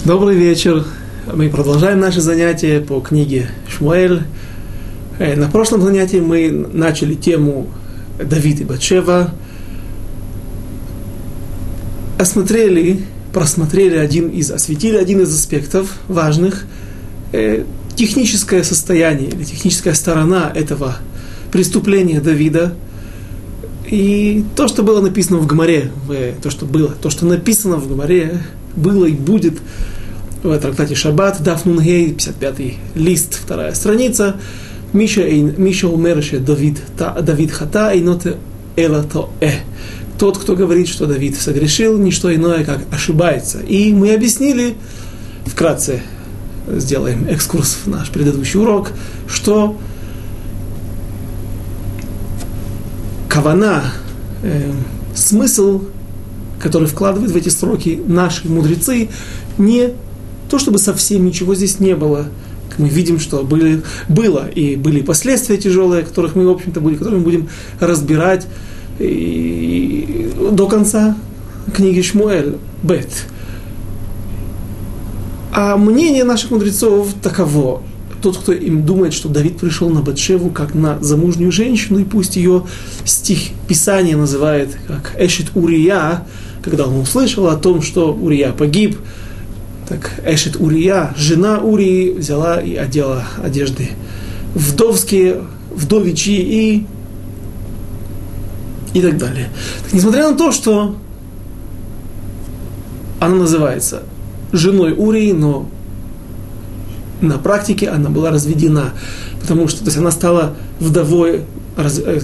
Добрый вечер. Мы продолжаем наши занятия по книге Шмуэль. На прошлом занятии мы начали тему Давид и Батшева. Осветили один из аспектов важных, техническое состояние или техническая сторона этого преступления Давида. И то, что было написано в Гемаре, то, что написано в Гемаре, было и будет в трактате Шаббат, Даф Нун Гей, 55-й лист, 2-я страница. Миша умерше Давид хата и ноте эла то Тот, кто говорит, что Давид согрешил, не что иное, как ошибается. И мы объяснили, вкратце сделаем экскурс в наш предыдущий урок, что кавана, смысл, который вкладывают в эти строки наши мудрецы, не то, чтобы совсем ничего здесь не было. Мы видим, что было и были последствия тяжелые, которых мы, в общем-то, будем разбирать до конца книги Шмуэль Бет. А мнение наших мудрецов таково. Тот, кто им думает, что Давид пришел на Батшеву как на замужнюю женщину, и пусть ее стих Писания называет как Эшет Урия, когда он услышал о том, что Урия погиб, так Эшет Урия, жена Урии, взяла и одела одежды вдовские, вдовичьи и так далее. Так, несмотря на то, что она называется женой Урии, но на практике она была разведена, потому что, то есть, она стала вдовой, то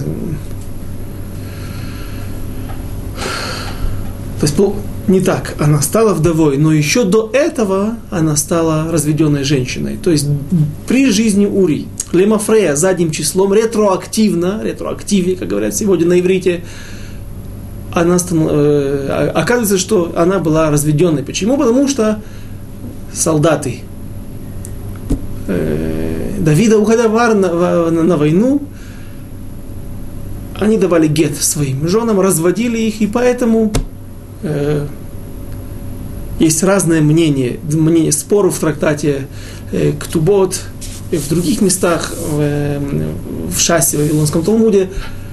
есть не так, она стала вдовой, но еще до этого она стала разведенной женщиной, то есть при жизни Урии. Лемафрея задним числом, ретроактиве, как говорят сегодня на иврите, оказывается, что она была разведенной. Почему? Потому что солдаты Давида, уходя на войну, они давали гет своим женам, разводили их, и поэтому есть разные мнения, споров в трактате Ктубот, и в других местах, в Шасе, в Вавилонском Талмуде,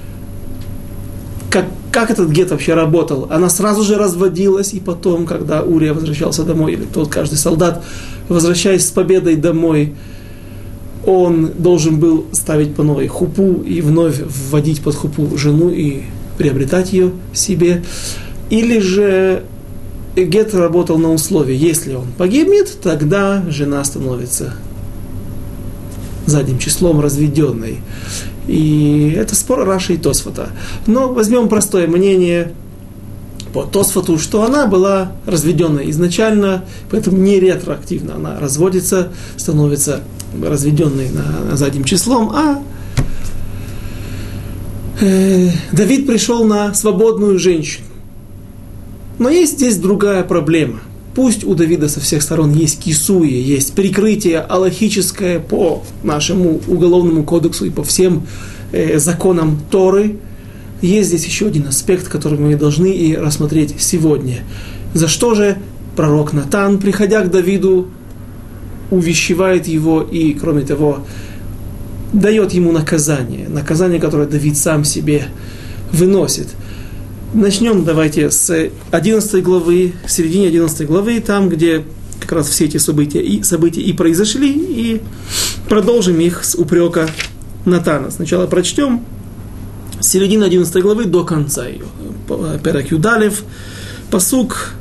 как этот гет вообще работал. Она сразу же разводилась, и потом, когда Урия возвращался домой, или каждый солдат, возвращаясь с победой домой, он должен был ставить по новой хупу и вновь вводить под хупу жену и приобретать ее себе. Или же гет работал на условии, если он погибнет, тогда жена становится задним числом разведенной. И это спор Раши и Тосфота. Но возьмем простое мнение по Тосфоту, что она была разведенной изначально, поэтому не ретроактивно она разводится, становится разведенной на задним числом, а Давид пришел на свободную женщину. Но есть здесь другая проблема. Пусть у Давида со всех сторон есть кисуи, есть прикрытие алахическое по нашему уголовному кодексу и по всем законам Торы, есть здесь еще один аспект, который мы должны и рассмотреть сегодня. За что же пророк Натан, приходя к Давиду, увещевает его и, кроме того, дает ему наказание, которое Давид сам себе выносит. Начнем давайте с 11 главы, в середине 11 главы, там, где как раз все эти события и произошли, и продолжим их с упрека Натана. Сначала прочтем с середины 11 главы до конца ее. Перек Юдалев, пасук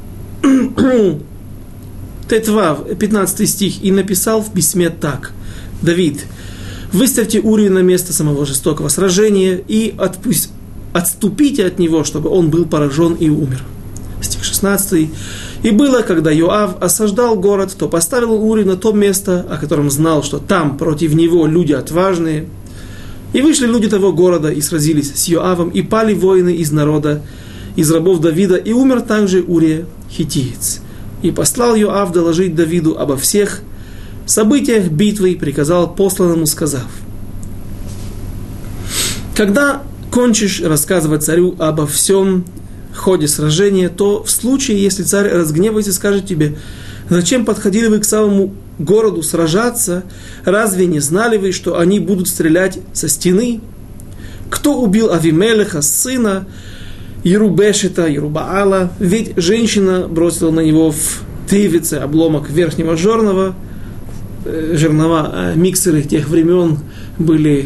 Тетвав, 15 стих, и написал в письме так: Давид, выставьте Урию на место самого жестокого сражения и отступите от него, чтобы он был поражен и умер. Стих 16. И было, когда Йоав осаждал город, то поставил Урию на то место, о котором знал, что там против него люди отважные. И вышли люди того города и сразились с Йоавом, и пали воины из народа, из рабов Давида, и умер также Урия хиттиец. И послал Йоав доложить Давиду обо всех событиях битвы, и приказал посланному, сказав: когда кончишь рассказывать царю обо всем, ходе сражения, то в случае, если царь разгневается и скажет тебе: зачем подходили вы к самому городу сражаться? Разве не знали вы, что они будут стрелять со стены? Кто убил Авимелеха, сына Ерубешета, Ерубаала? Ведь женщина бросила на него в тывице обломок верхнего жернова. Жернова, миксеры тех времен были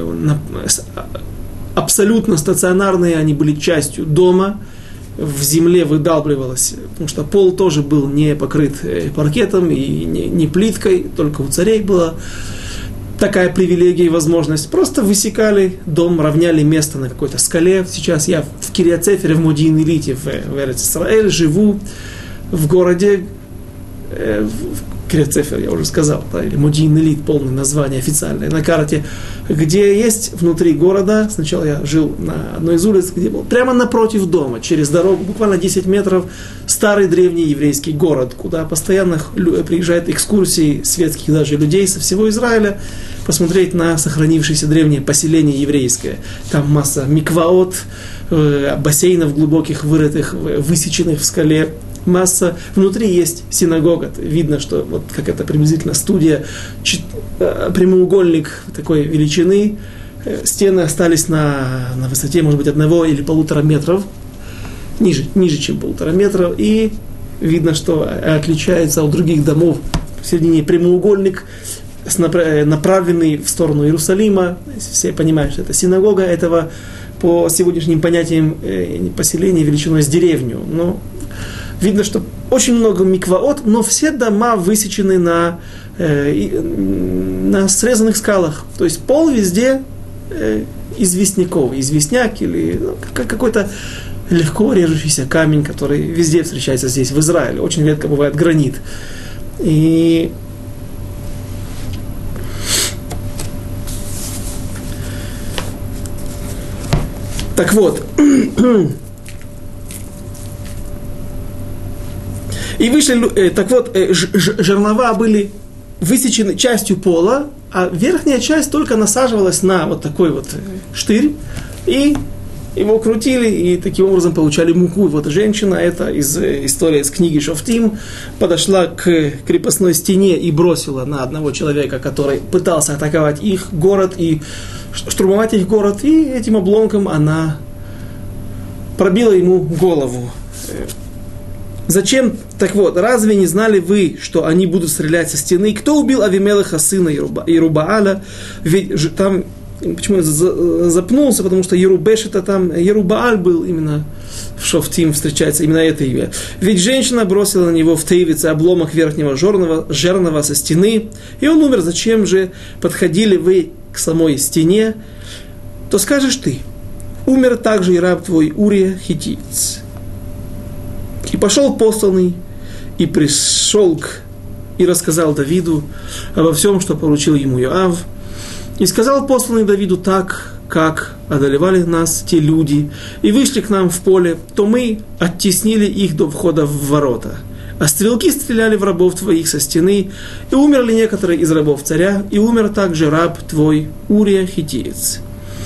абсолютно стационарные, они были частью дома. В земле выдалбливалось, потому что пол тоже был не покрыт паркетом и не плиткой, только у царей была такая привилегия и возможность. Просто высекали дом, равняли место на какой-то скале. Сейчас я в Кирьят-Сефере, в Модиин-Илите, в Эрец-Исраэль, живу в городе, Кирьят-Сефер, я уже сказал, да, или Модиин-Илит, полное название официальное, на карте, где есть внутри города. Сначала я жил на одной из улиц, где был прямо напротив дома, через дорогу, буквально 10 метров, старый древний еврейский город, куда постоянно приезжают экскурсии светских даже людей со всего Израиля посмотреть на сохранившееся древнее поселение еврейское. Там масса микваот, бассейнов глубоких, вырытых, высеченных в скале. Масса. Внутри есть синагога. Видно, что вот как это приблизительно студия, прямоугольник такой величины. Стены остались на высоте, может быть, 1 или 1,5 метров. Ниже, чем 1,5 метра. И видно, что отличается от других домов. В середине прямоугольник, направленный в сторону Иерусалима. Все понимают, что это синагога этого, по сегодняшним понятиям, поселения величиной с деревню. Но видно, что очень много микваот, но все дома высечены на срезанных скалах. То есть пол везде известняковый, известняк или какой-то легко режущийся камень, который везде встречается здесь, в Израиле. Очень редко бывает гранит. И так вот, и вышли, так вот, жернова были высечены частью пола, а верхняя часть только насаживалась на вот такой вот штырь, и его крутили, и таким образом получали муку. Вот женщина, это из истории из книги Шофтим, подошла к крепостной стене и бросила на одного человека, который пытался атаковать их город и штурмовать их город, и этим обломком она пробила ему голову. Зачем? Так вот, разве не знали вы, что они будут стрелять со стены? Кто убил Авимелеха, сына Ерубааля? Ведь там, почему я запнулся, потому что Ерубеш это там, Ерубааль был именно в Шофтим, встречается именно это имя. Ведь женщина бросила на него в тывице обломок верхнего жернова со стены, и он умер. Зачем же подходили вы к самой стене? То скажешь ты: умер также и раб твой Урия хиттиец. И пошел посланный, и пришел и рассказал Давиду обо всем, что поручил ему Йоав. И сказал посланный Давиду: так, как одолевали нас те люди, и вышли к нам в поле, то мы оттеснили их до входа в ворота. А стрелки стреляли в рабов твоих со стены, и умерли некоторые из рабов царя, и умер также раб твой Урия хиттиец.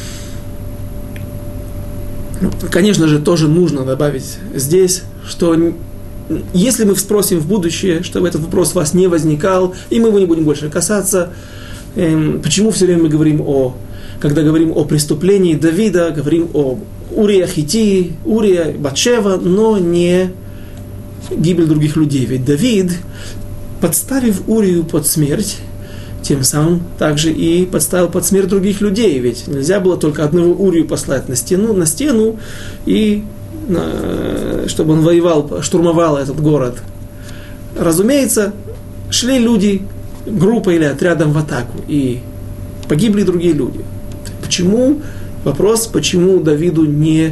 Конечно же, тоже нужно добавить здесь, что если мы спросим в будущее, чтобы этот вопрос у вас не возникал, и мы его не будем больше касаться, почему все время мы говорим когда говорим о преступлении Давида, говорим о Урия Хиттии, Урия Батшева, но не гибель других людей. Ведь Давид, подставив Урию под смерть, тем самым также и подставил под смерть других людей. Ведь нельзя было только одного Урию послать на стену и чтобы он воевал, штурмовал этот город. Разумеется, шли люди группой или отрядом в атаку, и погибли другие люди. Почему? Вопрос, почему Давиду не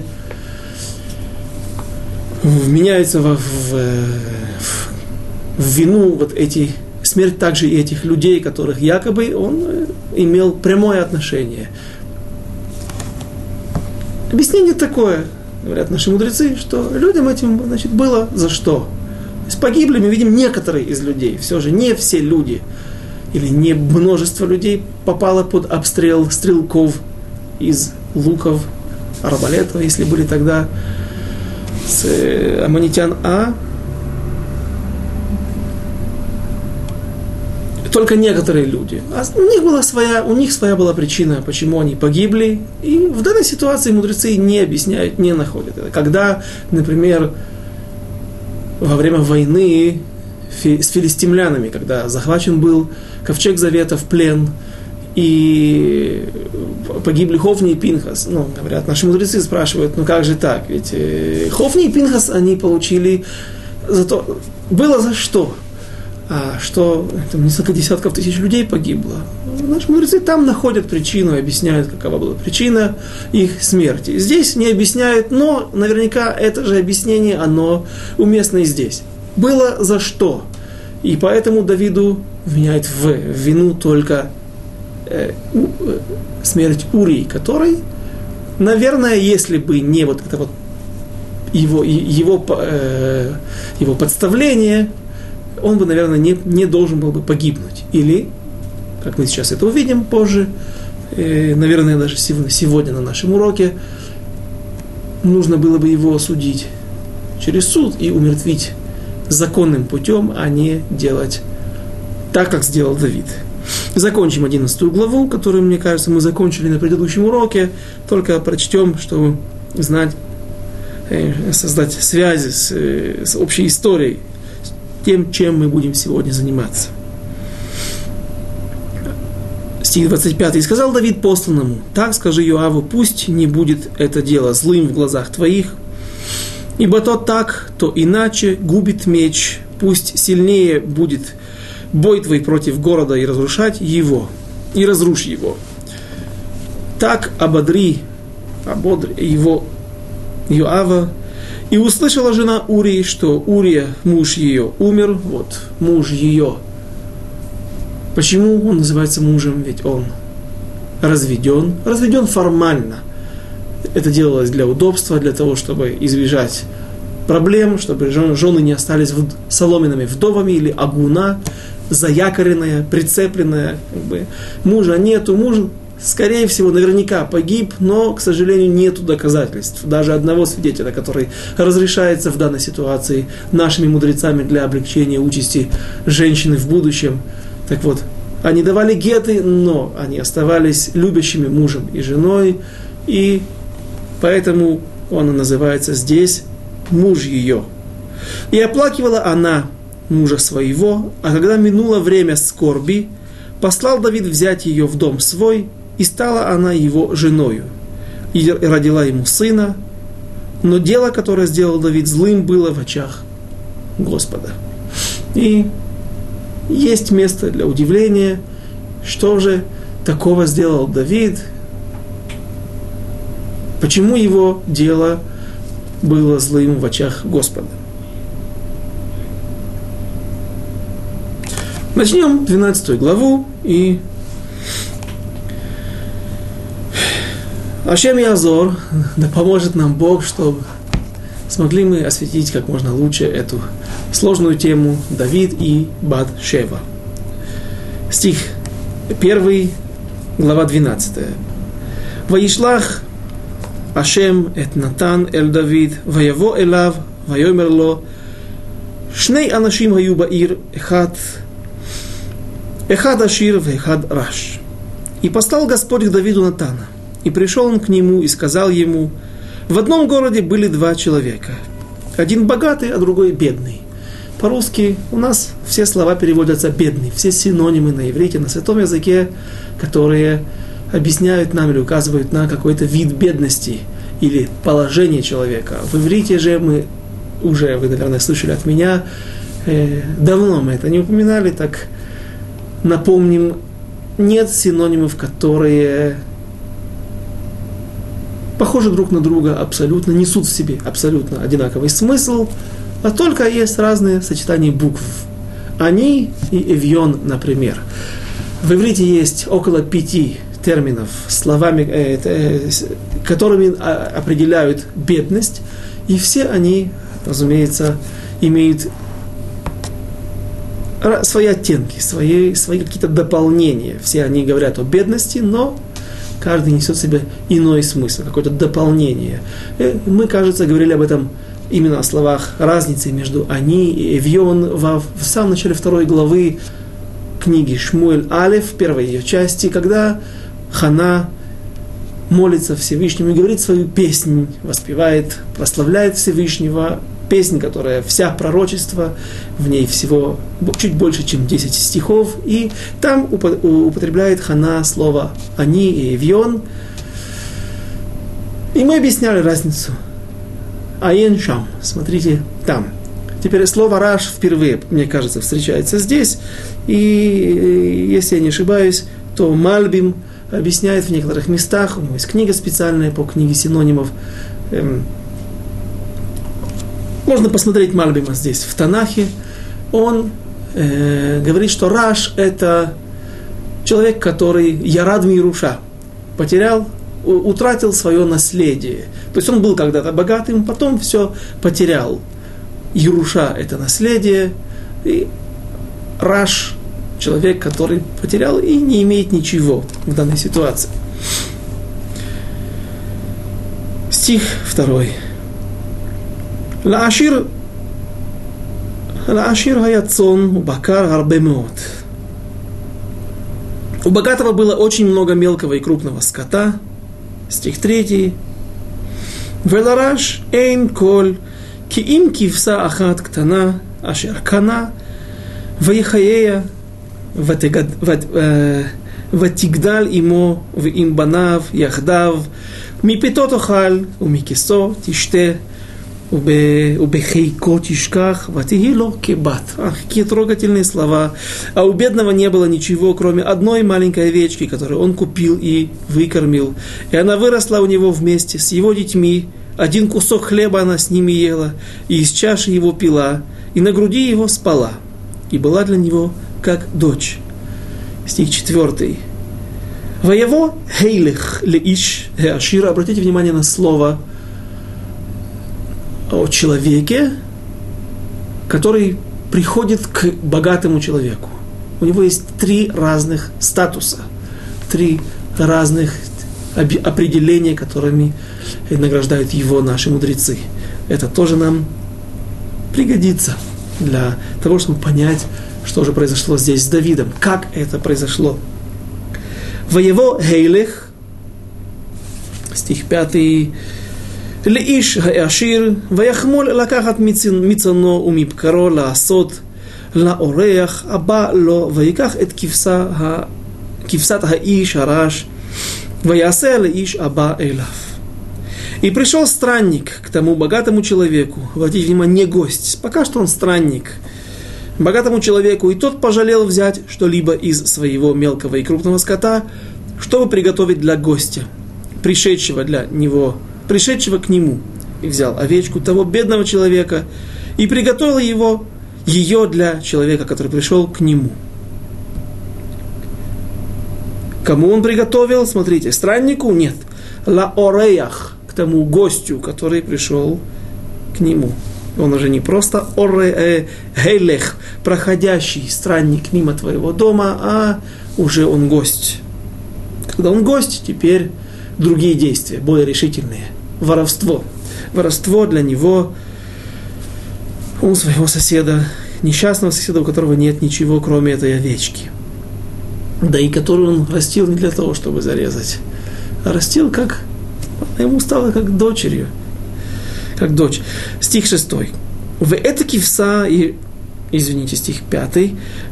вменяются в вину вот эти смерть также и этих людей, которых якобы он имел прямое отношение. Объяснение такое, говорят наши мудрецы, что людям этим, значит, было за что. То есть погибли, мы видим, некоторые из людей. Все же не все люди, или не множество людей попало под обстрел стрелков из луков, арбалетов, если были тогда. с аммонитян только некоторые люди. У них своя была причина, почему они погибли. И в данной ситуации мудрецы не объясняют, не находят это. Когда, например, во время войны с филистимлянами, когда захвачен был ковчег Завета в плен, и погибли Хофни и Пинхас. Говорят, наши мудрецы спрашивают, как же так? Ведь Хофни и Пинхас они получили было за что? А что там несколько десятков тысяч людей погибло. Наши мудрецы там находят причину, объясняют, какова была причина их смерти. Здесь не объясняют, но наверняка это же объяснение, оно уместно и здесь. Было за что. И поэтому Давиду вменяет в вину только смерть Урии, который, наверное, если бы не вот это вот его подставление, он бы, наверное, не должен был бы погибнуть. Или, как мы сейчас это увидим позже, наверное, даже сегодня на нашем уроке, нужно было бы его осудить через суд и умертвить законным путем, а не делать так, как сделал Давид. Закончим 11 главу, которую, мне кажется, мы закончили на предыдущем уроке, только прочтем, чтобы знать, создать связи с общей историей, тем, чем мы будем сегодня заниматься. Стих 25. «И сказал Давид посланному: так скажи Йоаву, пусть не будет это дело злым в глазах твоих, ибо то так, то иначе губит меч, пусть сильнее будет бой твой против города и разрушать его, и разрушь его. Так ободри его Йоава. И услышала жена Урии, что Урия, муж ее, умер». Вот, муж ее. Почему он называется мужем? Ведь он разведен. Разведен формально. Это делалось для удобства, для того, чтобы избежать проблем, чтобы жены не остались соломенными вдовами или агуна, заякоренная, прицепленная. Мужа нету, муж, скорее всего, наверняка погиб, но, к сожалению, нету доказательств. Даже одного свидетеля, который разрешается в данной ситуации нашими мудрецами для облегчения участи женщины в будущем. Так вот, они давали геты, но они оставались любящими мужем и женой, и поэтому он и называется здесь муж ее. И оплакивала она мужа своего, а когда минуло время скорби, послал Давид взять ее в дом свой, и стала она его женою, и родила ему сына, но дело, которое сделал Давид, злым было в очах Господа. И есть место для удивления, что же такого сделал Давид, почему его дело было злым в очах Господа. Начнем 12 главу, и Ашем Язор, да поможет нам Бог, чтобы смогли мы осветить как можно лучше эту сложную тему Давид и Бат-Шева. Стих 1, глава 12. «Ваишлах Ашем эт Натан эль Давид, ваяво элав, вайомер ло, шней анашим хаю баир, эхад ашир вехад раш. И послал Господь к Давиду Натана, и пришел он к нему и сказал ему: в одном городе были два человека, один богатый, а другой бедный». По-русски у нас все слова переводятся «бедный», все синонимы на иврите, на святом языке, которые объясняют нам или указывают на какой-то вид бедности или положение человека. В иврите же вы, наверное, слышали от меня, давно мы это не упоминали, так напомним, нет синонимов, которые похожи друг на друга абсолютно, несут в себе абсолютно одинаковый смысл, а только есть разные сочетания букв. «Они» и «эвьон», например. В иврите есть около 5 терминов, словами, которыми определяют бедность, и все они, разумеется, имеют свои оттенки, свои какие-то дополнения. Все они говорят о бедности, но каждый несет в себе иной смысл, какое-то дополнение. Мы, кажется, говорили об этом именно о словах разницы между «они» и «эвьон» в самом начале 2 главы книги Шмуэль Алеф, первой ее части, когда Хана молится Всевышнему и говорит свою песнь, воспевает, прославляет Всевышнего, песнь, которая вся пророчество, в ней всего чуть больше, чем 10 стихов, и там употребляет Хана слово «они» и «эвьон». И мы объясняли разницу. Аен шам, смотрите, там. Теперь слово «раш» впервые, мне кажется, встречается здесь, и если я не ошибаюсь, то Мальбим объясняет в некоторых местах, у него есть книга специальная по книге синонимов. Можно посмотреть Мальбима здесь, в Танахе. Он говорит, что Раш – это человек, который Ярад Мируша, утратил свое наследие. То есть он был когда-то богатым, потом все потерял. Еруша – это наследие, и Раш – человек, который потерял и не имеет ничего в данной ситуации. Стих 2. Лаашир хаяцон бакар арбемот. У богатого было очень много мелкого и крупного скота. Стих 3. Велараш эйн коль ки им кивса ахат ктана ашер кана ваихаея ותגדל עמו ועם בניו יחדיו מפיתו תאכל ומכיסו תשתה ובחיקו תשכח ותהי לו כבת. Какие трогательные слова. А у бедного не было ничего, кроме одной маленькой овечки, которую он купил и выкормил. И она выросла у него вместе с его детьми. Один кусок хлеба она с ними ела, и из чаши его пила, и на груди его спала. И была для него как дочь. Стих 4. Воево хейлих леиш хеашира. Обратите внимание на слово о человеке, который приходит к богатому человеку. У него есть 3 разных статуса, 3 разных определения, которыми награждают его наши мудрецы. Это тоже нам пригодится для того, чтобы понять, что же произошло здесь с Давидом, как это произошло. Воево хейлих, стих 5. לאיש העשיר ויחמול לקחת מצונו ומבקרו לעשות לאורח הבא לו ויקח את כבשת האיש הרש ויעשה לאיש הבא אליו. И пришел странник к тому богатому человеку, обратите внимание, не гость, пока что он странник, богатому человеку, и тот пожалел взять что-либо из своего мелкого и крупного скота, чтобы приготовить для гостя, пришедшего к нему, и взял овечку того бедного человека и приготовил ее для человека, который пришел к нему. Кому он приготовил? Смотрите, страннику? Нет. Ла-ореях, к тому гостю, который пришел к нему. Он уже не просто гейлех, проходящий странник мимо твоего дома, а уже он гость. Когда он гость, теперь другие действия, более решительные. Воровство. Воровство для него у своего соседа, несчастного соседа, у которого нет ничего, кроме этой овечки. Да и которую он растил не для того, чтобы зарезать, а растил как... Ему стало как дочерью. Как дочь. Стих 6. В это кивса, извините, стих 5.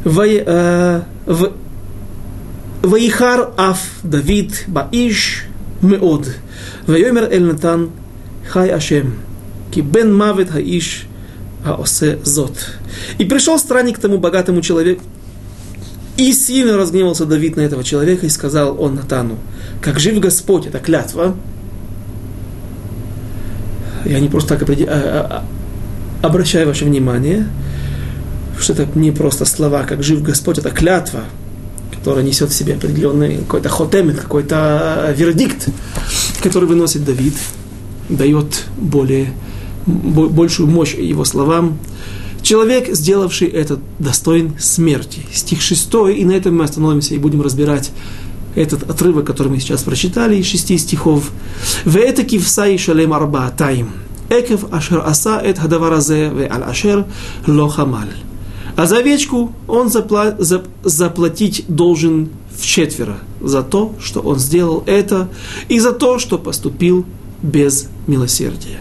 Ваихар аф Давид баиш меод. Вайомер эль Натан хай Ашем. Ки бен мавет хаиш хаосе зот. И пришел странник к тому богатому человеку, и сильно разгневался Давид на этого человека, и сказал он Натану: как жив Господь, это клятва. Я не просто так обращаю ваше внимание, что это не просто слова, как жив Господь, это клятва, которая несет в себе определенный какой-то хотемет, какой-то вердикт, который выносит Давид, дает большую мощь его словам. Человек, сделавший это, достоин смерти. Стих 6, и на этом мы остановимся и будем разбирать этот отрывок, который мы сейчас прочитали, из 6 стихов. «Вээта кивса и шалем арбаатаим». Экев ашер аса эт хадаваразе ве аль ашер ло хамаль. А за овечку он заплатить должен вчетверо за то, что он сделал это, и за то, что поступил без милосердия.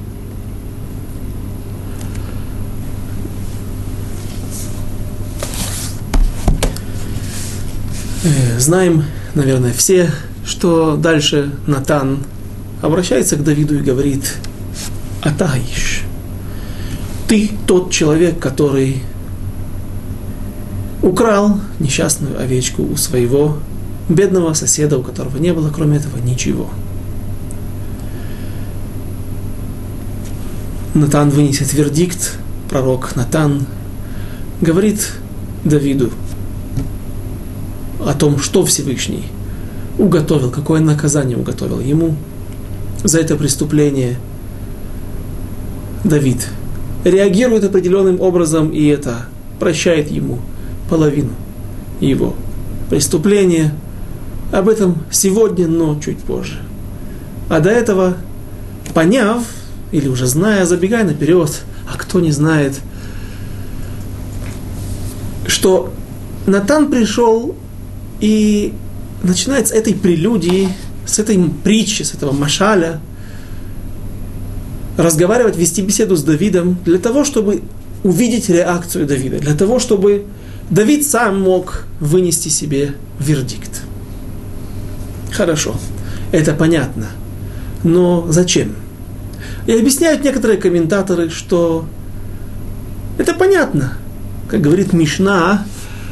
Знаем, наверное, все, что дальше Натан обращается к Давиду и говорит: «Атаиш, ты тот человек, который украл несчастную овечку у своего бедного соседа, у которого не было, кроме этого, ничего». Натан вынесет вердикт, пророк Натан говорит Давиду о том, что Всевышний уготовил, какое наказание уготовил ему за это преступление. Давид реагирует определенным образом, и это прощает ему половину его преступления. Об этом сегодня, но чуть позже. А до этого, поняв, или уже зная, забегая наперед, а кто не знает, что Натан пришел и начинает с этой прелюдии, с этой притчи, с этого машаля разговаривать, вести беседу с Давидом для того, чтобы увидеть реакцию Давида, для того, чтобы Давид сам мог вынести себе вердикт. Хорошо, это понятно, но зачем? И объясняют некоторые комментаторы, что это понятно, как говорит Мишна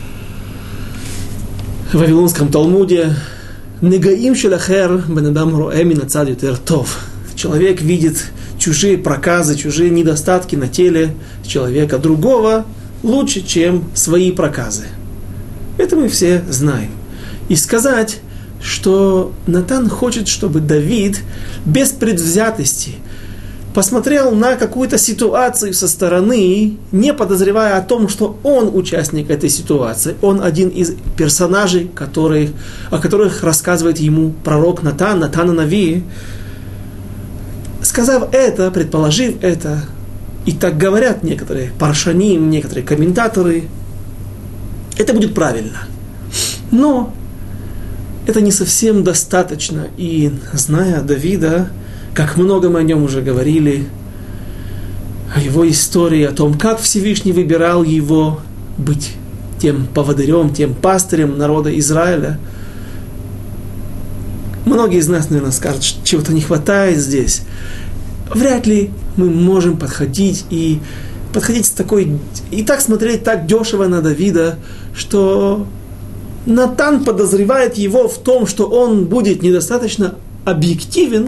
в Вавилонском Талмуде: «Негаим шелахер бенадам роэ мин ацад ютер тов». Человек видит чужие проказы, чужие недостатки на теле человека другого лучше, чем свои проказы. Это мы все знаем. И сказать, что Натан хочет, чтобы Давид без предвзятости посмотрел на какую-то ситуацию со стороны, не подозревая о том, что он участник этой ситуации. Он один из персонажей, о которых рассказывает ему пророк Натан, Натан Нави. Сказав это, предположив это, и так говорят некоторые паршаним, некоторые комментаторы, это будет правильно. Но это не совсем достаточно. И зная Давида, как много мы о нем уже говорили, о его истории, о том, как Всевышний выбирал его быть тем поводырем, тем пастырем народа Израиля. Многие из нас, наверное, скажут, что чего-то не хватает здесь. Вряд ли мы можем подходить с такой, и так смотреть так дешево на Давида, что Натан подозревает его в том, что он будет недостаточно объективен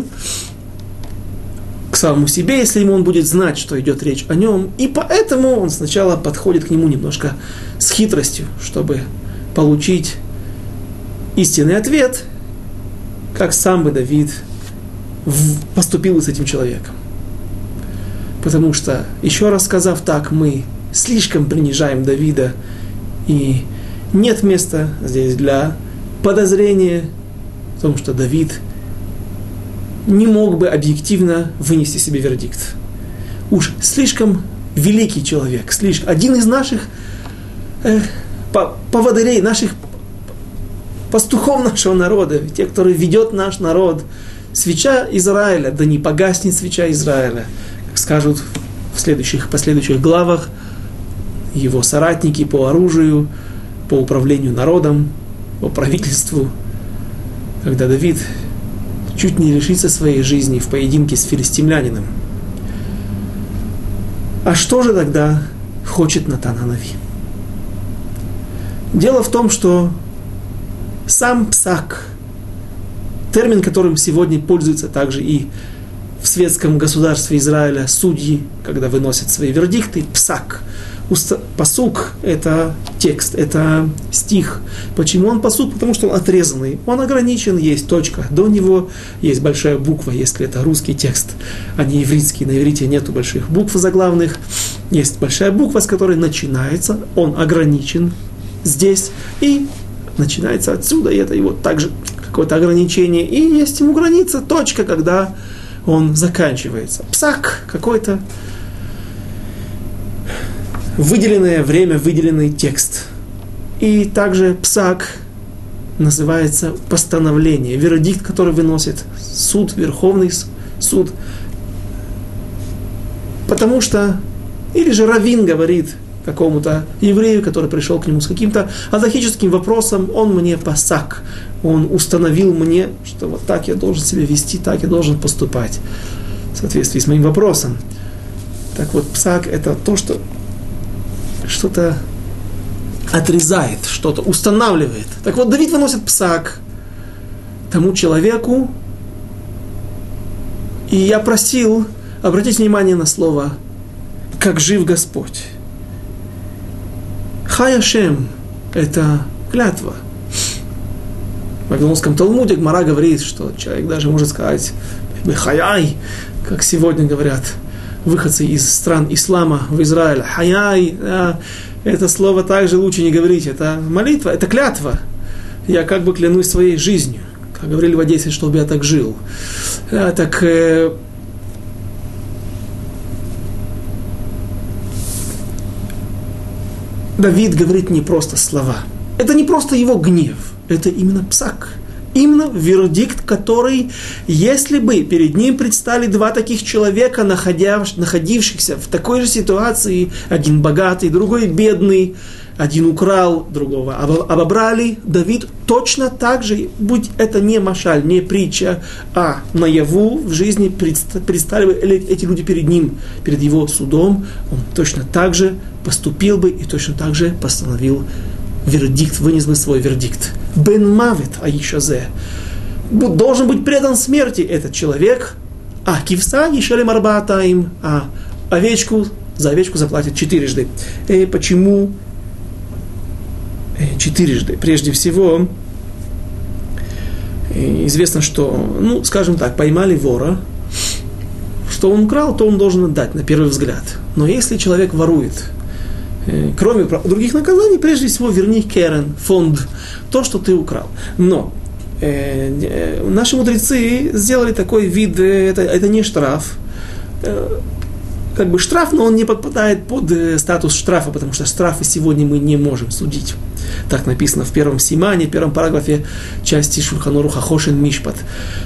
к самому себе, если он будет знать, что идет речь о нем. И поэтому он сначала подходит к нему немножко с хитростью, чтобы получить истинный ответ, как сам бы Давид поступил с этим человеком. Потому что, еще раз сказав так, мы слишком принижаем Давида, и нет места здесь для подозрения в том, что Давид не мог бы объективно вынести себе вердикт. Уж слишком великий человек, один из наших поводырей, наших пастухов нашего народа, те, кто ведет наш народ, свеча Израиля, да не погаснет свеча Израиля, как скажут в последующих главах его соратники по оружию, по управлению народом, по правительству, когда Давид чуть не лишится своей жизни в поединке с филистимлянином. А что же тогда хочет Натан Нави? Дело в том, что сам псак, термин, которым сегодня пользуются также и в светском государстве Израиля судьи, когда выносят свои вердикты, псак. Пасук – это текст, это стих. Почему он пасук? Потому что он отрезанный, он ограничен, есть точка. До него есть большая буква, если это русский текст, а не ивритский. На иврите нету больших букв заглавных. Есть большая буква, с которой начинается, он ограничен здесь, и начинается отсюда, и это его также какое-то ограничение. И есть ему граница, точка, когда он заканчивается. Псак, какой-то выделенное время, выделенный текст. И также псак называется постановление, вердикт, который выносит суд, Верховный суд. Потому что, или же раввин говорит какому-то еврею, который пришел к нему с каким-то алахическим вопросом, он мне пасак, он установил мне, что вот так я должен себя вести, так я должен поступать в соответствии с моим вопросом. Так вот, псак — это то, что что-то отрезает, что-то устанавливает. Так вот, Давид выносит псак тому человеку, и я просил обратить внимание на слово «как жив Господь». Хай Ашем – это клятва. В Вавилонском Талмуде Гмара говорит, что человек даже может сказать «хаяй», как сегодня говорят выходцы из стран ислама в Израиле. «Хаяй» – это слово также лучше не говорить. Это молитва, это клятва. Я как бы клянусь своей жизнью. Как говорили в Одессе, чтобы я так жил. Давид говорит не просто слова. Это не просто его гнев. Это именно псак. Именно вердикт, который, если бы перед ним предстали два таких человека, находившихся в такой же ситуации, один богатый, другой бедный, один украл, другого обобрали, Давид точно так же, будь это не машаль, не притча, а наяву в жизни предстали бы эти люди перед ним, перед его судом, он точно так же поступил бы и точно так же постановил вердикт, вынес бы свой вердикт. Бен мавит аишазе. Должен быть предан смерти этот человек, а кивса ешелем арбаатаим, а за овечку заплатит четырежды. Почему четырежды? Прежде всего, известно, что, скажем так, поймали вора, что он украл, то он должен отдать на первый взгляд. Но если человек ворует, кроме других наказаний, прежде всего верни керен, фонд, то, что ты украл. Но наши мудрецы сделали такой вид, это не штраф, как бы штраф, но он не подпадает под статус штрафа, потому что штрафы сегодня мы не можем судить. Так написано в первом симане, первом параграфе части Шульхан Аруха Хошен Мишпат.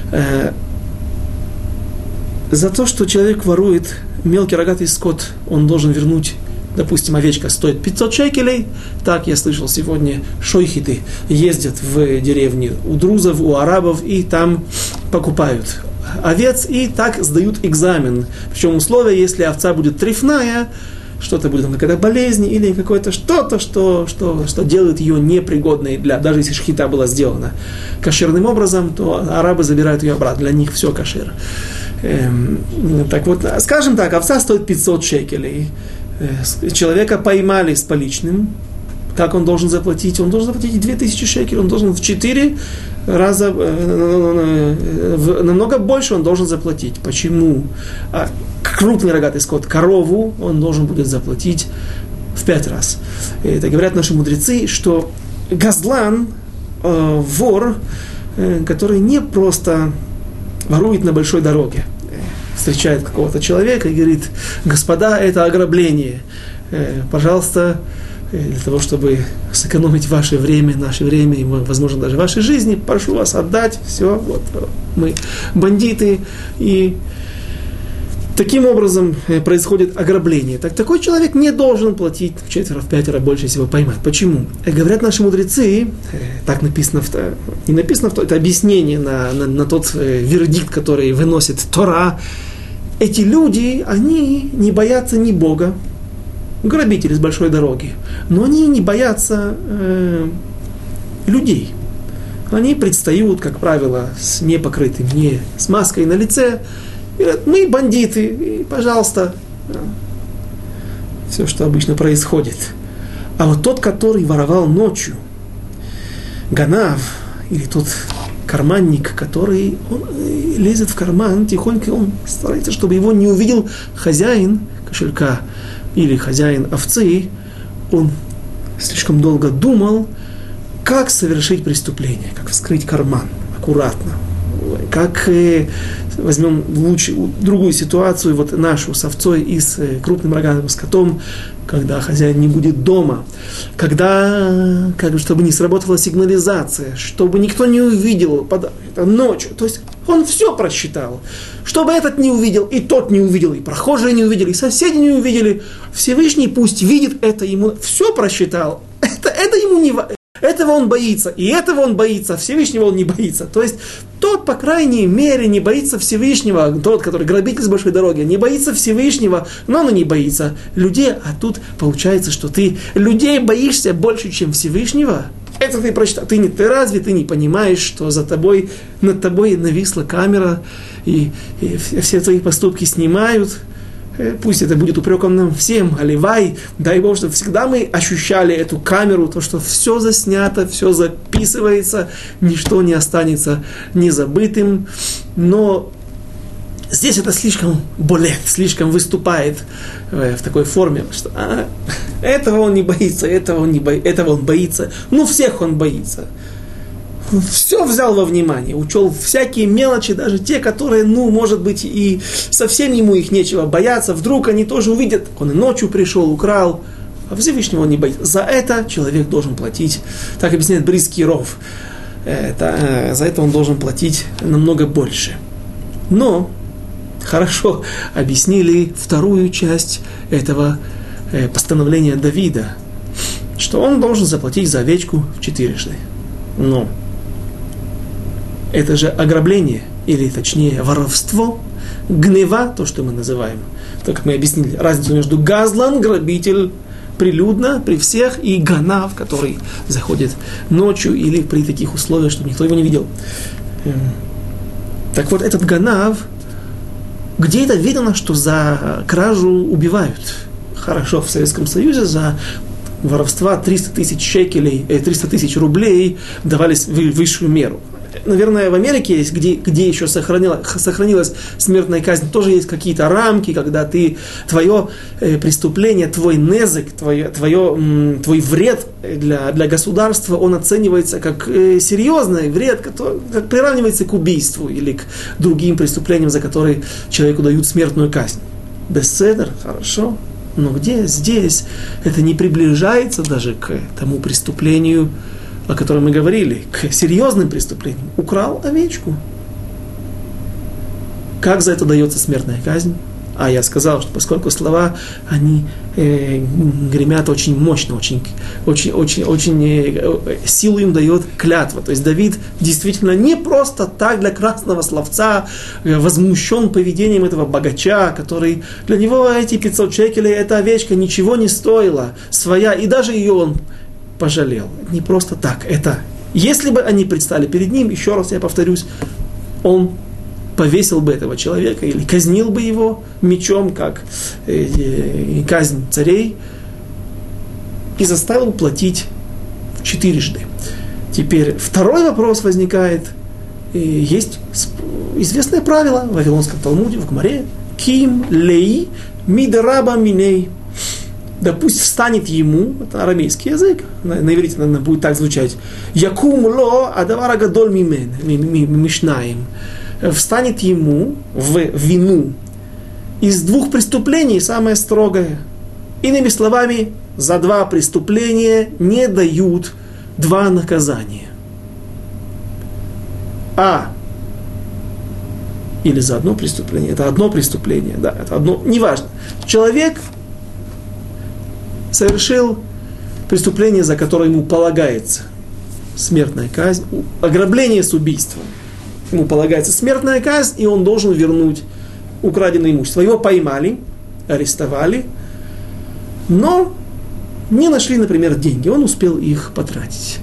За то, что человек ворует мелкий рогатый скот, он должен вернуть. Допустим, овечка стоит 500 шекелей. Так я слышал сегодня, шойхиты ездят в деревни у друзов, у арабов, и там покупают овец, и так сдают экзамен. Причем условие, если овца будет трефная, что-то будет, какая-то болезнь, или какое-то что-то, что делает ее непригодной, даже если шхита была сделана кошерным образом, то арабы забирают ее обратно. Для них все кошер. Так вот, скажем так, овца стоит 500 шекелей. Человека поймали с поличным. Как он должен заплатить? Он должен заплатить 2000 шекелей. Он должен в 4 раза, намного больше он должен заплатить. Почему? Крупный рогатый скот, корову, он должен будет заплатить в 5 раз. Это говорят наши мудрецы, что газлан, вор, который не просто ворует на большой дороге, встречает какого-то человека и говорит: господа, это ограбление. Пожалуйста, для того, чтобы сэкономить ваше время, наше время и, возможно, даже вашей жизни, прошу вас отдать все. Вот мы бандиты. И таким образом происходит ограбление. Такой человек не должен платить в 4, в 5 больше, если его поймать. Почему? Говорят наши мудрецы, так написано, не написано, это объяснение на тот вердикт, который выносит Тора. Эти люди, они не боятся ни Бога, грабители с большой дороги, но они не боятся людей. Они предстают, как правило, с непокрытым, не с маской на лице, и говорят: мы бандиты, и, пожалуйста, все, что обычно происходит. А вот тот, который воровал ночью, ганав, или тот карманник, который лезет в карман, тихонько он старается, чтобы его не увидел хозяин кошелька или хозяин овцы, он слишком долго думал, как совершить преступление, как вскрыть карман аккуратно, как возьмем другую ситуацию, вот нашу с овцой и с крупным роганым скотом, когда хозяин не будет дома, когда, чтобы не сработала сигнализация, чтобы никто не увидел, это ночью, то есть он все просчитал, чтобы этот не увидел, и тот не увидел, и прохожие не увидели, и соседи не увидели, Всевышний пусть видит это, ему все просчитал, это ему не важно. Этого он боится, и этого он боится, а Всевышнего он не боится. То есть тот, по крайней мере, не боится Всевышнего, тот, который грабитель с большой дороги, не боится Всевышнего, но он и не боится людей. А тут получается, что ты людей боишься больше, чем Всевышнего. Это ты прочитал. Ты разве ты не понимаешь, что над тобой нависла камера, и все твои поступки снимают? Пусть это будет упреком нам всем, аливай, дай Бог, чтобы всегда мы ощущали эту камеру, то, что все заснято, все записывается, ничто не останется незабытым. Но здесь это слишком болит, слишком выступает в такой форме, что этого он не боится, этого он боится, всех он боится. Все взял во внимание, учел всякие мелочи, даже те, которые, может быть, и совсем ему их нечего бояться. Вдруг они тоже увидят, он и ночью пришел, украл, а Всевышнего он не боится. За это человек должен платить, так объясняет Брисский Ров. За это он должен платить намного больше. Но хорошо объяснили вторую часть этого постановления Давида, что он должен заплатить за овечку 4 раза. Но это же ограбление, или точнее воровство, гнева, то, что мы называем. Так как мы объяснили разницу между газлан, грабитель, прилюдно, при всех, и ганав, который заходит ночью или при таких условиях, чтобы никто его не видел. Так вот, этот ганав, где это видно, что за кражу убивают? Хорошо, в Советском Союзе за воровства 300 тысяч шекелей, 300 тысяч рублей давались высшую меру. Наверное, в Америке есть, где еще сохранилась смертная казнь, тоже есть какие-то рамки, когда твое преступление, твой незык, твой вред для государства, он оценивается как серьезный вред, который приравнивается к убийству или к другим преступлениям, за которые человеку дают смертную казнь. Бесседер, хорошо, но где здесь это не приближается даже к тому преступлению, о котором мы говорили, к серьезным преступлениям. Украл овечку. Как за это дается смертная казнь? А я сказал, что поскольку слова, они гремят очень мощно, очень силу им дает клятва. То есть Давид действительно не просто так для красного словца возмущен поведением этого богача, который для него эти 500 шекелей, эта овечка ничего не стоила, своя, и даже ее он пожалел. Не просто так. Это, если бы они предстали перед ним, еще раз я повторюсь, он повесил бы этого человека или казнил бы его мечом, как казнь царей, и заставил платить 4 раза. Теперь второй вопрос возникает. Есть известное правило в Вавилонском Талмуде, в Гмаре: ким лей мидраба миней. Да пусть встанет ему, это арамейский язык, на иврите, наверное, будет так звучать, якум ло адавара гадоль мимен, мишнаим. Встанет ему в вину из 2 преступлений самое строгое. Иными словами, за 2 преступления не дают 2 наказания. Или за одно преступление, это одно преступление, да, это одно, неважно. Человек совершил преступление, за которое ему полагается смертная казнь, ограбление с убийством. Ему полагается смертная казнь, и он должен вернуть украденное имущество. Его поймали, арестовали, но не нашли, например, деньги. Он успел их потратить.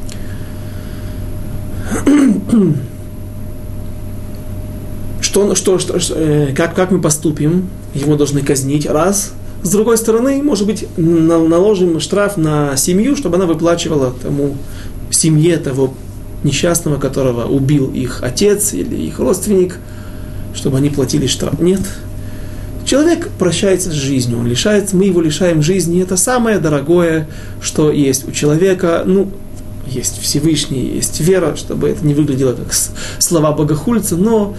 Как мы поступим? Его должны казнить, раз. С другой стороны, может быть, наложим штраф на семью, чтобы она выплачивала семье того несчастного, которого убил их отец или их родственник, чтобы они платили штраф. Нет. Человек прощается с жизнью, мы его лишаем жизни. Это самое дорогое, что есть у человека. есть Всевышний, есть вера, чтобы это не выглядело как слова богохульца, но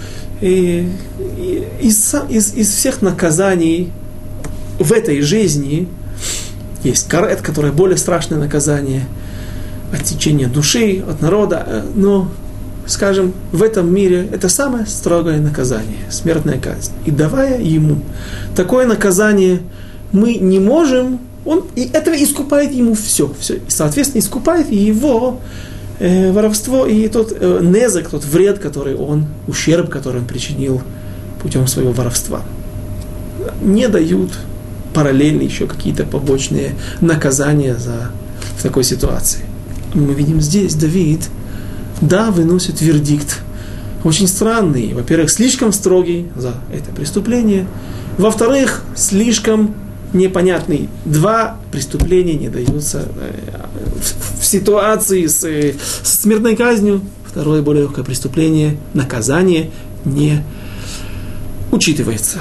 из всех наказаний в этой жизни есть карет, которое более страшное наказание, отсечение души от народа, но, скажем, в этом мире это самое строгое наказание, смертная казнь. И давая ему такое наказание, мы не можем, он и этого искупает ему все. И, соответственно, искупает и его воровство, и тот незак, тот вред, который он, ущерб, который он причинил путем своего воровства. Не дают параллельно еще какие-то побочные наказания в такой ситуации. Мы видим здесь, Давид, выносит вердикт очень странный. Во-первых, слишком строгий за это преступление. Во-вторых, слишком непонятный. 2 преступления не даются в ситуации с смертной казнью. Второе, более легкое преступление, наказание не учитывается.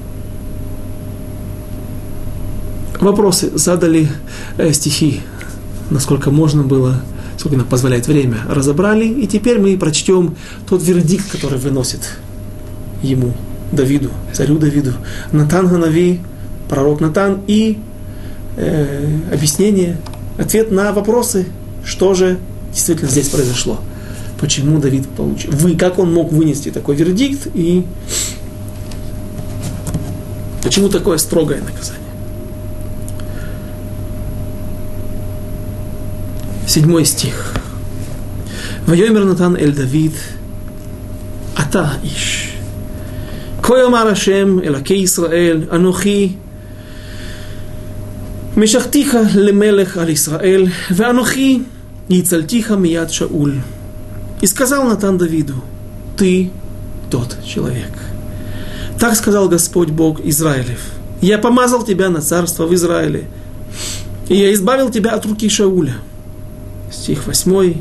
Вопросы задали, стихи, насколько можно было, сколько нам позволяет время, разобрали. И теперь мы прочтем тот вердикт, который выносит ему, Давиду, царю Давиду, Натан Ханави, пророк Натан, и объяснение, ответ на вопросы, что же действительно здесь произошло. Почему Давид получил, как он мог вынести такой вердикт, и почему такое строгое наказание. 7 стих. Вайомер Натан эль Давид, ата иш. כה יאמר השם אלוקי ישראל, אנוכי משחתיך למלך על ישראל, ואנוכי יצלתיך מיד שאול. И сказал Натан Давиду, ты тот человек. Так сказал Господь Бог Израилев. Я помазал тебя на царство в Израиле, и я избавил тебя от руки Шауля. Стих 8.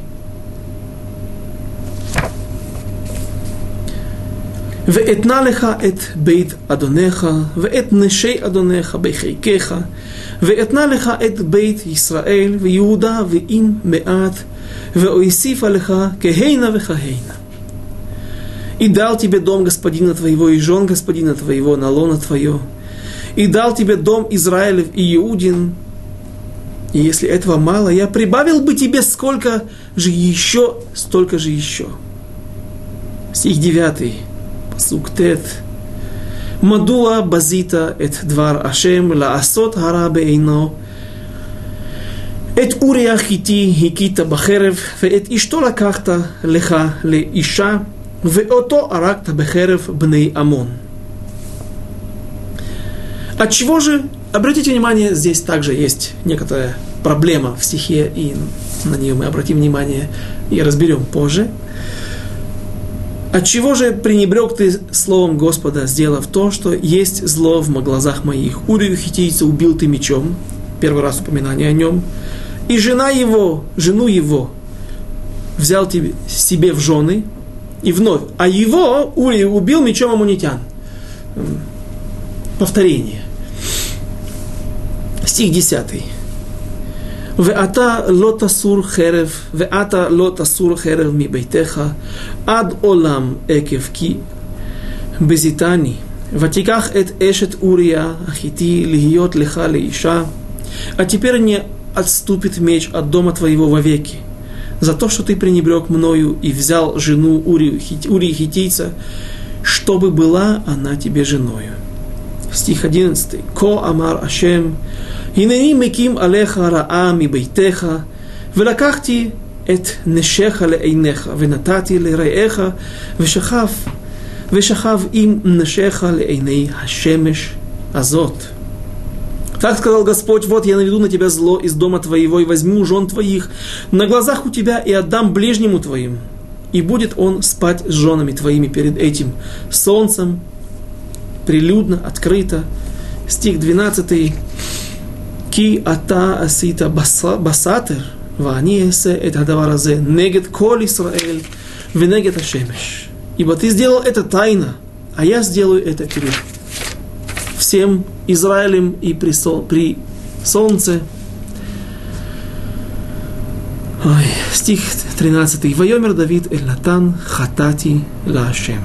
ואתנה לך את בית אדונך, ואת נשי אדונך בחיקך, ואתנה לך את בית ישראל ויהודה ועם מעט, ואוסיפה לך כהנה וכהנה. И дал тебе дом господина твоего и жен господина твоего на лоно твое, и дал тебе дом Израилев и Иудин, и если этого мало, я прибавил бы тебе сколько же еще, столько же еще. Стих 9. פסוק ט' מדוע בזית את דבר השם לעשות הרע בעינו את אוריה חיתי הכית בחרב ואת אשתו לקחת לך לאישה ואותו הרגת בחרב בני עמון. Отчего же, обратите внимание, здесь также есть некоторая проблема в стихе, и на нее мы обратим внимание и разберем позже. Отчего же пренебрег ты словом Господа, сделав то, что есть зло в глазах моих? Урию хиттийца убил ты мечом, первый раз упоминание о нем, и жену его взял себе в жены, и вновь, а его Урию убил мечом аммонитян. Повторение. Стих 10. ואתה לא תסור חרב, ואתה לא תסור חרב מביתך, עד עולם עקב כי בזיתני, ותיקח את אשת אוריה החיתי להיות לך לאישה, а теперь не отступит меч от дома твоего вовеки, за то, что ты пренебрег мною и взял жену Урии хиттийца, чтобы была она тебе женою. стих 11. כה אמר השם, הנני מקים עליך רעה מביתך, ולקחתי את נשיך לעיניך, ונתתי לרעיך, ושכב עם נשיך לעיני השמש הזאת. Так сказал Господь, вот я наведу на тебя зло из дома твоего, и возьму жен твоих на глазах у тебя, и отдам ближнему твоим. И будет он спать с женами твоими перед этим солнцем, прилюдно, открыто. Стих 12. Ки ата асита басатер, вани эсе эт хадавар азе, негет кол Исраэль, венегет ашемеш. Ибо ты сделал это тайно, а я сделаю это перед всем Израилем и при солнце. Стих 13. «Вайомер Давид эль Натан хатати ла Ашем».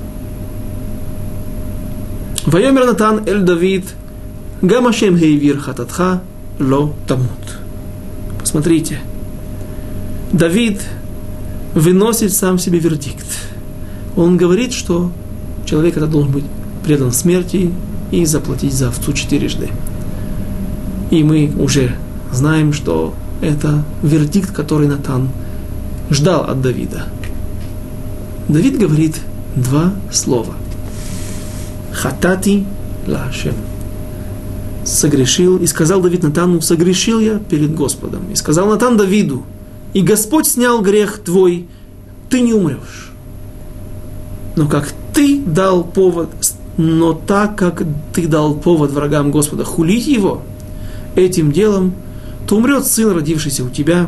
«Вайомер Натан эль Давид гам Ашем хейвир хататха ло тамут». Посмотрите, Давид выносит сам себе вердикт. Он говорит, что человек это должен быть предан смерти и заплатить за овцу 4. И мы уже знаем, что это вердикт, который Натан ждал от Давида. Давид говорит 2 слова. «Хатати ла Ашем». Согрешил, и сказал Давид Натану: «Согрешил я перед Господом». И сказал Натан Давиду: «И Господь снял грех твой, ты не умрешь. Но так как ты дал повод врагам Господа хулить его, этим делом то умрет сын, родившийся у тебя».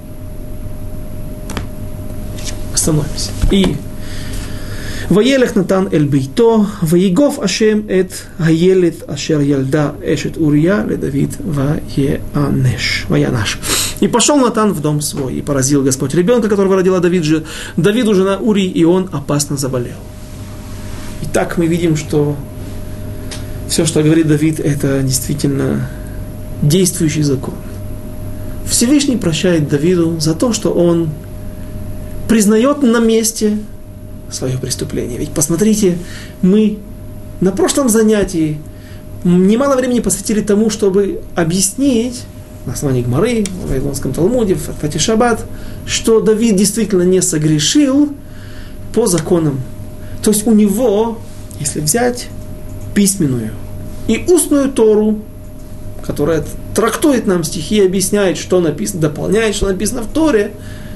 Остановимся. И «Ваелех Натан эль бейто, ваегов Ашем эт хаелет ашер ялда эшет Урия ле Давид ваянаш». И пошел Натан в дом свой, и поразил Господь ребенка, которого родила Давиду жена Урии, и он опасно заболел. Итак, мы видим, что все, что говорит Давид, это действительно действующий закон. Всевышний прощает Давиду за то, что он признает на месте свое преступление. Ведь посмотрите, мы на прошлом занятии немало времени посвятили тому, чтобы объяснить на основании Гмары, в Вавилонском Талмуде, в Фати Шаббат, что Давид действительно не согрешил по законам. То есть у него, если взять письменную и устную Тору, которая трактует нам стихи, объясняет, что написано, дополняет, что написано в Торе,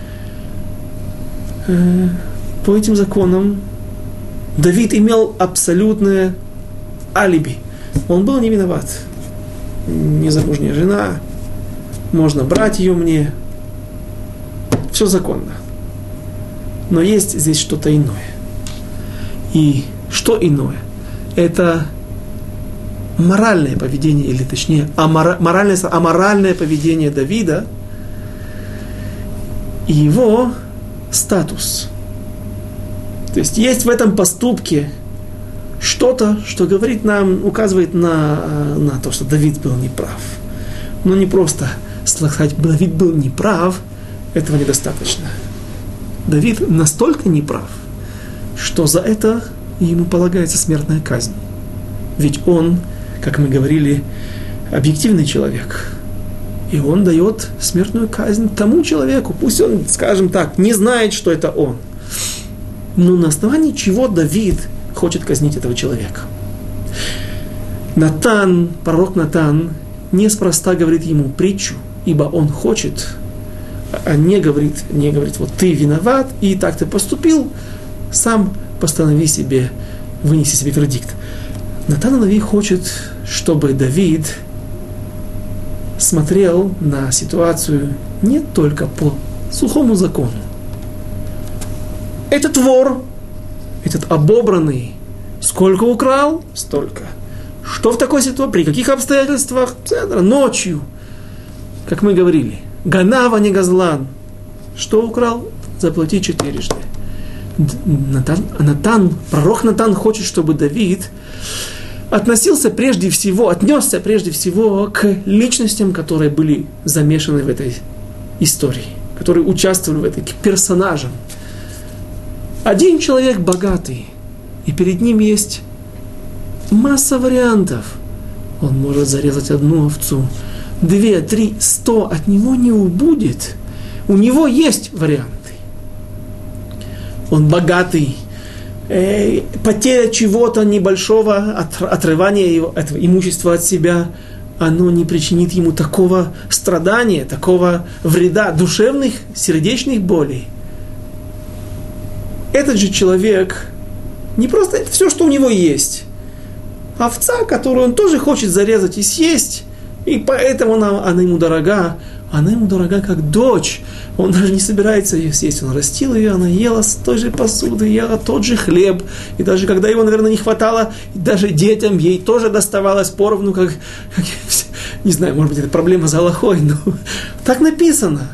по этим законам Давид имел абсолютное алиби. Он был не виноват. Незамужняя жена, можно брать ее мне. Все законно. Но есть здесь что-то иное. И что иное? Это моральное поведение, или точнее, аморальное поведение Давида и его статус. То есть в этом поступке что-то, что говорит нам, указывает на то, что Давид был неправ. Но не просто сказать, Давид был неправ, этого недостаточно. Давид настолько неправ, что за это ему полагается смертная казнь. Ведь он, как мы говорили, объективный человек. И он дает смертную казнь тому человеку. Пусть он, скажем так, не знает, что это он. Но на основании чего Давид хочет казнить этого человека? Пророк Натан, неспроста говорит ему притчу, ибо он хочет, а не говорит, вот ты виноват, и так ты поступил, сам вынеси себе вердикт. Натан Нави хочет, чтобы Давид смотрел на ситуацию не только по сухому закону. Этот вор, этот обобранный, сколько украл? Столько. Что в такой ситуации, при каких обстоятельствах? Ночью, как мы говорили. Ганава не газлан. Что украл? Заплати 4. Пророк Натан хочет, чтобы Давид отнесся прежде всего к личностям, которые были замешаны в этой истории, которые участвовали в этой, к персонажам. Один человек богатый, и перед ним есть масса вариантов. Он может зарезать 1 овцу, 2, 3, 100, от него не убудет. У него есть варианты. Он богатый, потеря чего-то небольшого, отрывание этого имущества от себя, оно не причинит ему такого страдания, такого вреда, душевных, сердечных болей. Этот же человек, не просто это все, что у него есть, овца, которую он тоже хочет зарезать и съесть, и поэтому она ему дорога как дочь. Он даже не собирается ее съесть. Он растил ее, она ела с той же посуды, ела тот же хлеб. И даже когда его, наверное, не хватало, даже детям ей тоже доставалось поровну, как не знаю, может быть, это проблема с Аллахой, но так написано.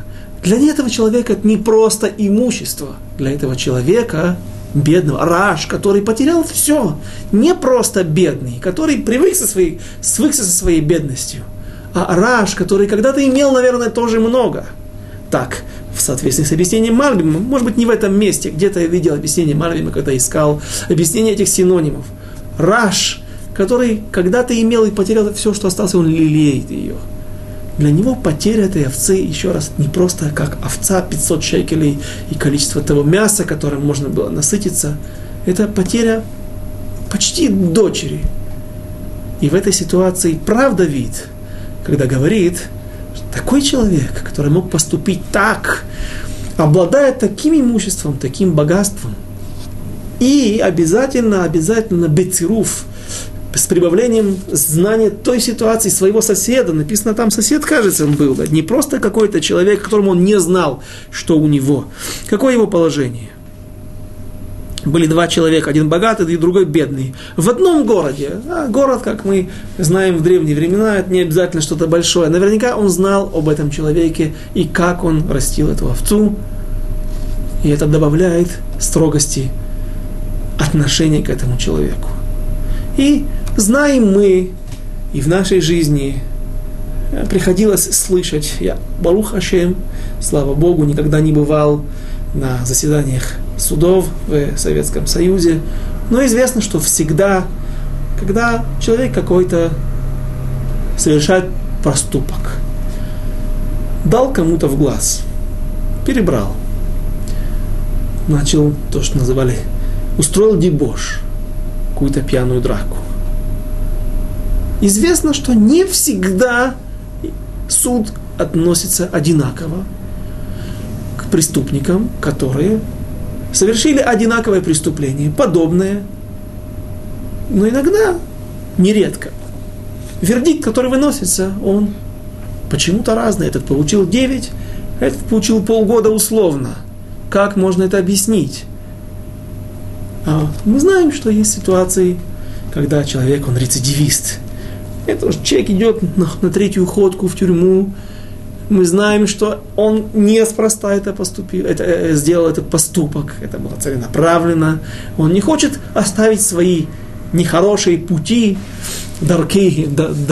Для этого человека это не просто имущество. Для этого человека бедного, раш, который потерял все. Не просто бедный, который свыкся со своей бедностью. А раш, который когда-то имел, наверное, тоже много. Так, в соответствии с объяснением Мальбима, может быть, не в этом месте, где-то я видел объяснение Мальбима, когда искал объяснение этих синонимов. Раш, который когда-то имел и потерял все, что осталось, он лелеет ее. Для него потеря этой овцы, еще раз, не просто как овца, 500 шекелей и количество того мяса, которым можно было насытиться, это потеря почти дочери. И в этой ситуации прав Давид, когда говорит, что такой человек, который мог поступить так, обладая таким имуществом, таким богатством, и обязательно бецируф, с прибавлением знания той ситуации своего соседа. Написано там, сосед, кажется, он был. Да? Не просто какой-то человек, которому он не знал, что у него. Какое его положение? Были два человека, один богатый и другой бедный. В одном городе. А город, как мы знаем в древние времена, это не обязательно что-то большое. Наверняка он знал об этом человеке и как он растил эту овцу. И это добавляет строгости отношения к этому человеку. И знаем мы, и в нашей жизни приходилось слышать, я, Барух Ашем, слава Богу, никогда не бывал на заседаниях судов в Советском Союзе, но известно, что всегда, когда человек какой-то совершает проступок, дал кому-то в глаз, перебрал, начал то, что называли, устроил дебош, какую-то пьяную драку. Известно, что не всегда суд относится одинаково к преступникам, которые совершили одинаковое преступление, подобное, но иногда, нередко, вердикт, который выносится, он почему-то разный. Этот получил 9, этот получил полгода условно. Как можно это объяснить? Мы знаем, что есть ситуации, когда человек, он рецидивист. Это уж человек идет на третью ходку в тюрьму. Мы знаем, что он неспроста сделал этот поступок. Это было целенаправленно. Он не хочет оставить свои нехорошие пути, даркей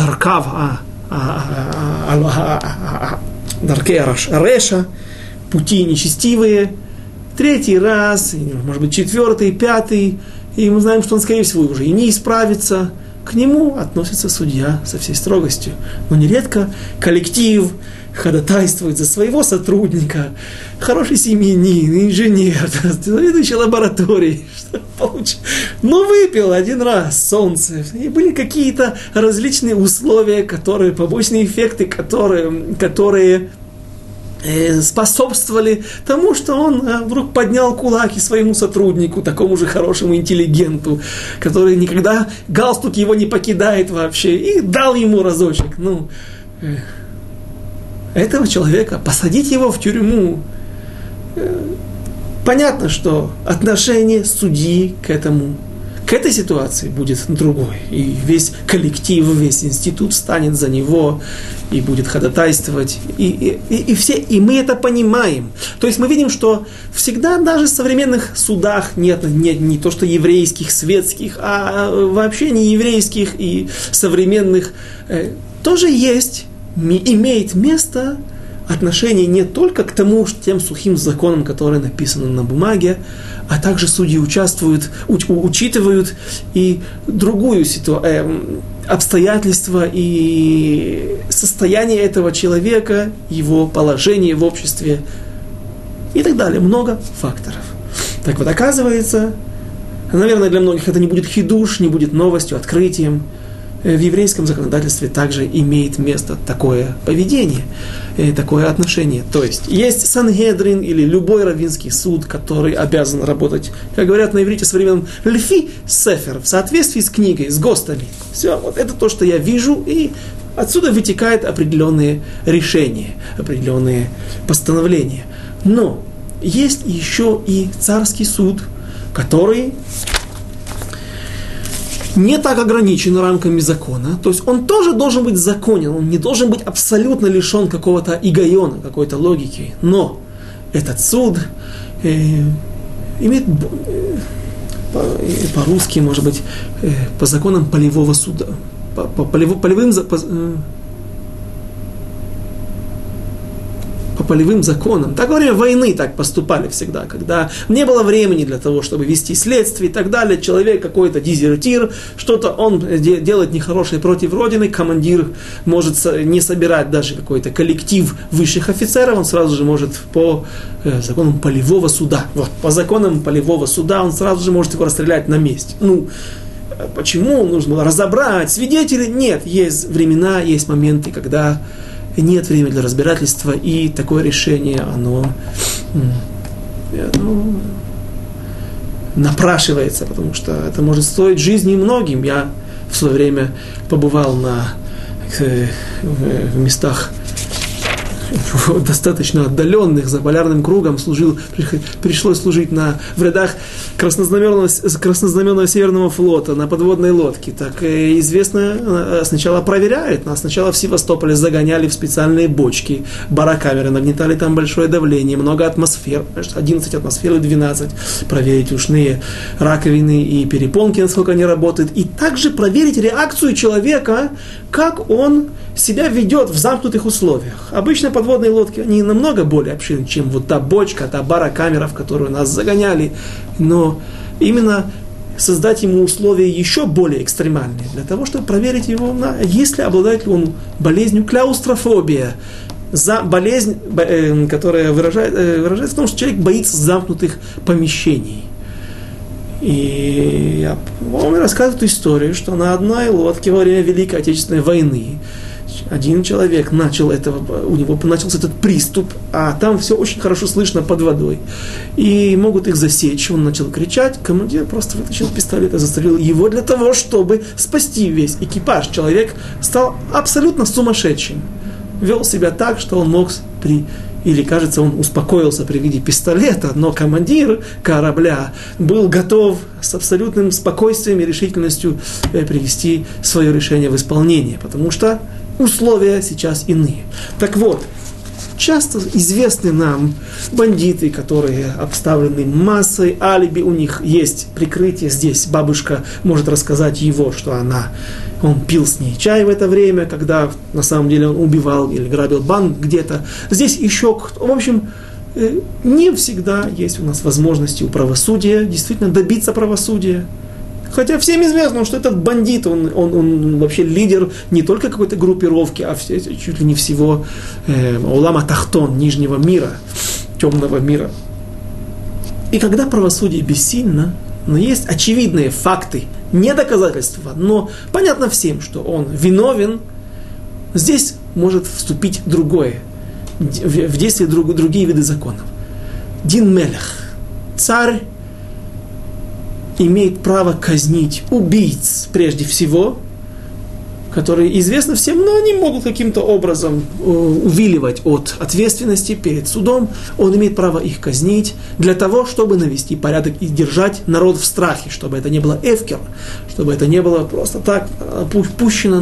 Реша, пути нечестивые. Третий раз, может быть, четвертый, пятый, и мы знаем, что он, скорее всего, уже и не исправится. К нему относится судья со всей строгостью. Но нередко коллектив ходатайствует за своего сотрудника, хороший семьянин, инженер, заведующий лабораторией. Ну, выпил один раз солнце. И были какие-то различные условия, побочные эффекты, которые способствовали тому, что он вдруг поднял кулаки своему сотруднику, такому же хорошему интеллигенту, который никогда галстук его не покидает вообще, и дал ему разочек. Этого человека, посадить его в тюрьму, понятно, что отношение судьи к этой ситуации будет другой. И весь коллектив, весь институт станет за него и будет ходатайствовать. И мы это понимаем. То есть мы видим, что всегда даже в современных судах нет не то что еврейских, светских, а вообще не еврейских и современных, тоже имеет место отношение не только к тем сухим законам, которые написаны на бумаге, а также судьи учитывают и другую обстоятельства и состояние этого человека, его положение в обществе и так далее. Много факторов. Так вот, оказывается, наверное, для многих это не будет хидуш, не будет новостью, открытием. В еврейском законодательстве также имеет место такое поведение, такое отношение. То есть Сангедрин или любой раввинский суд, который обязан работать, как говорят на иврите современном, льфи сефер, в соответствии с книгой, с ГОСТами. Все, вот это то, что я вижу, и отсюда вытекают определенные решения, определенные постановления. Но есть еще и царский суд, который не так ограничен рамками закона, то есть он тоже должен быть законен, он не должен быть абсолютно лишен какого-то игайона, какой-то логики, но этот суд имеет по-русски, может быть, по законам полевого суда, по полевым законам. Так во время войны так поступали всегда, когда не было времени для того, чтобы вести следствие и так далее. Человек какой-то дезертир, что-то он делает нехорошее против Родины, командир может не собирать даже какой-то коллектив высших офицеров, он сразу же может по законам полевого суда, вот, по законам полевого суда он сразу же может его расстрелять на месте. Почему? Нужно было разобрать свидетелей? Нет, есть времена, есть моменты, когда нет времени для разбирательства, и такое решение, оно напрашивается, потому что это может стоить жизни многим. Я в свое время побывал в местах достаточно отдаленных, за полярным кругом, пришлось служить в рядах краснознаменного Северного флота на подводной лодке. Так известно, сначала проверяют, нас сначала в Севастополе загоняли в специальные бочки, барокамеры, нагнетали там большое давление, много атмосфер, 11 атмосфер и 12, проверить ушные раковины и перепонки, насколько они работают, и также проверить реакцию человека, как он себя ведет в замкнутых условиях. Обычно подводные лодки, они намного более обширны, чем вот та бочка, та барокамера, в которую нас загоняли. Но именно создать ему условия еще более экстремальные, для того, чтобы проверить его, если обладает ли он болезнью клаустрофобия, болезнь, которая выражается в том, что человек боится замкнутых помещений. И он рассказывает эту историю, что на одной лодке во время Великой Отечественной войны один человек у него начался этот приступ, а там все очень хорошо слышно под водой. И могут их засечь. Он начал кричать, командир просто вытащил пистолет и застрелил его для того, чтобы спасти весь экипаж. Человек стал абсолютно сумасшедшим. Вел себя так, что он мог или, кажется, он успокоился при виде пистолета, но командир корабля был готов с абсолютным спокойствием и решительностью привести свое решение в исполнение, потому что условия сейчас иные. Так вот, часто известны нам бандиты, которые обставлены массой алиби, у них есть прикрытие. Здесь бабушка может рассказать его, что он пил с ней чай в это время, когда на самом деле он убивал или грабил банк где-то. Здесь еще кто-то. В общем, не всегда есть у нас возможности у правосудия действительно добиться правосудия. Хотя всем известно, что этот бандит, он вообще лидер не только какой-то группировки, а чуть ли не всего улама тахтон, нижнего мира, темного мира. И когда правосудие бессильно, но есть очевидные факты, не доказательства, но понятно всем, что он виновен, здесь может вступить другое, в действие другие виды законов. Дин мелех, царь, имеет право казнить убийц прежде всего, которые известны всем, но они могут каким-то образом увиливать от ответственности перед судом. Он имеет право их казнить для того, чтобы навести порядок и держать народ в страхе, чтобы это не было эфкер, чтобы это не было просто так пущено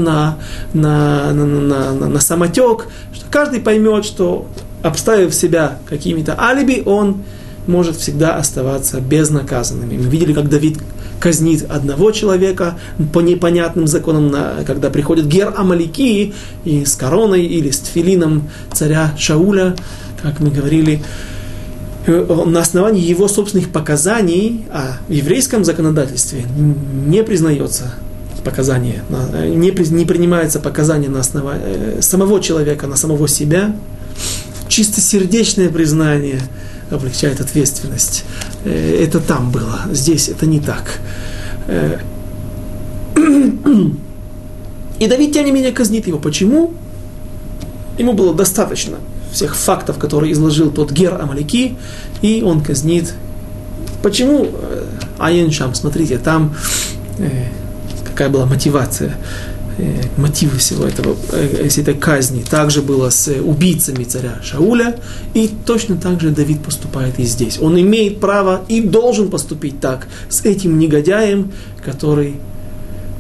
на самотек, что каждый поймет, что, обставив себя какими-то алиби, он может всегда оставаться безнаказанным. Мы видели, как Давид казнит одного человека по непонятным законам, когда приходит Гер Амалики и с короной или с тфилином царя Шауля, как мы говорили, на основании его собственных показаний, а в еврейском законодательстве не признается показание, не принимается показание на основании самого человека, на самого себя. Чистосердечное признание облегчает ответственность. Это там было, здесь это не так. И Давид, тем не менее, казнит его. Почему? Ему было достаточно всех фактов, которые изложил тот Гер Амалики, и он казнит. Почему? Айн Шам, смотрите, там какая была мотивация. Мотивы всего этой казни. Также было с убийцами царя Шауля, и точно так же Давид поступает и здесь. Он имеет право и должен поступить так с этим негодяем, который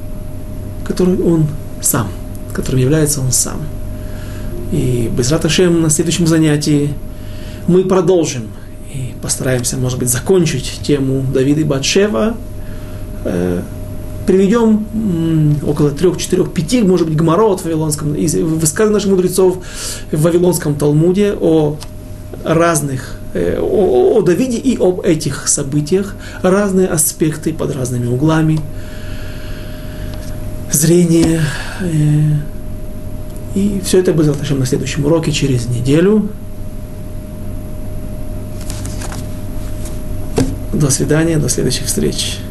который он сам, которым является он сам. И Безрат Ашем на следующем занятии мы продолжим и постараемся, может быть, закончить тему Давида и Батшева. Приведем около 3, 4, 5, может быть, гмарот в Вавилонском, из высказываний наших мудрецов в Вавилонском Талмуде о разных, о Давиде и об этих событиях, разные аспекты под разными углами зрения. И все это будет на следующем уроке через неделю. До свидания, до следующих встреч.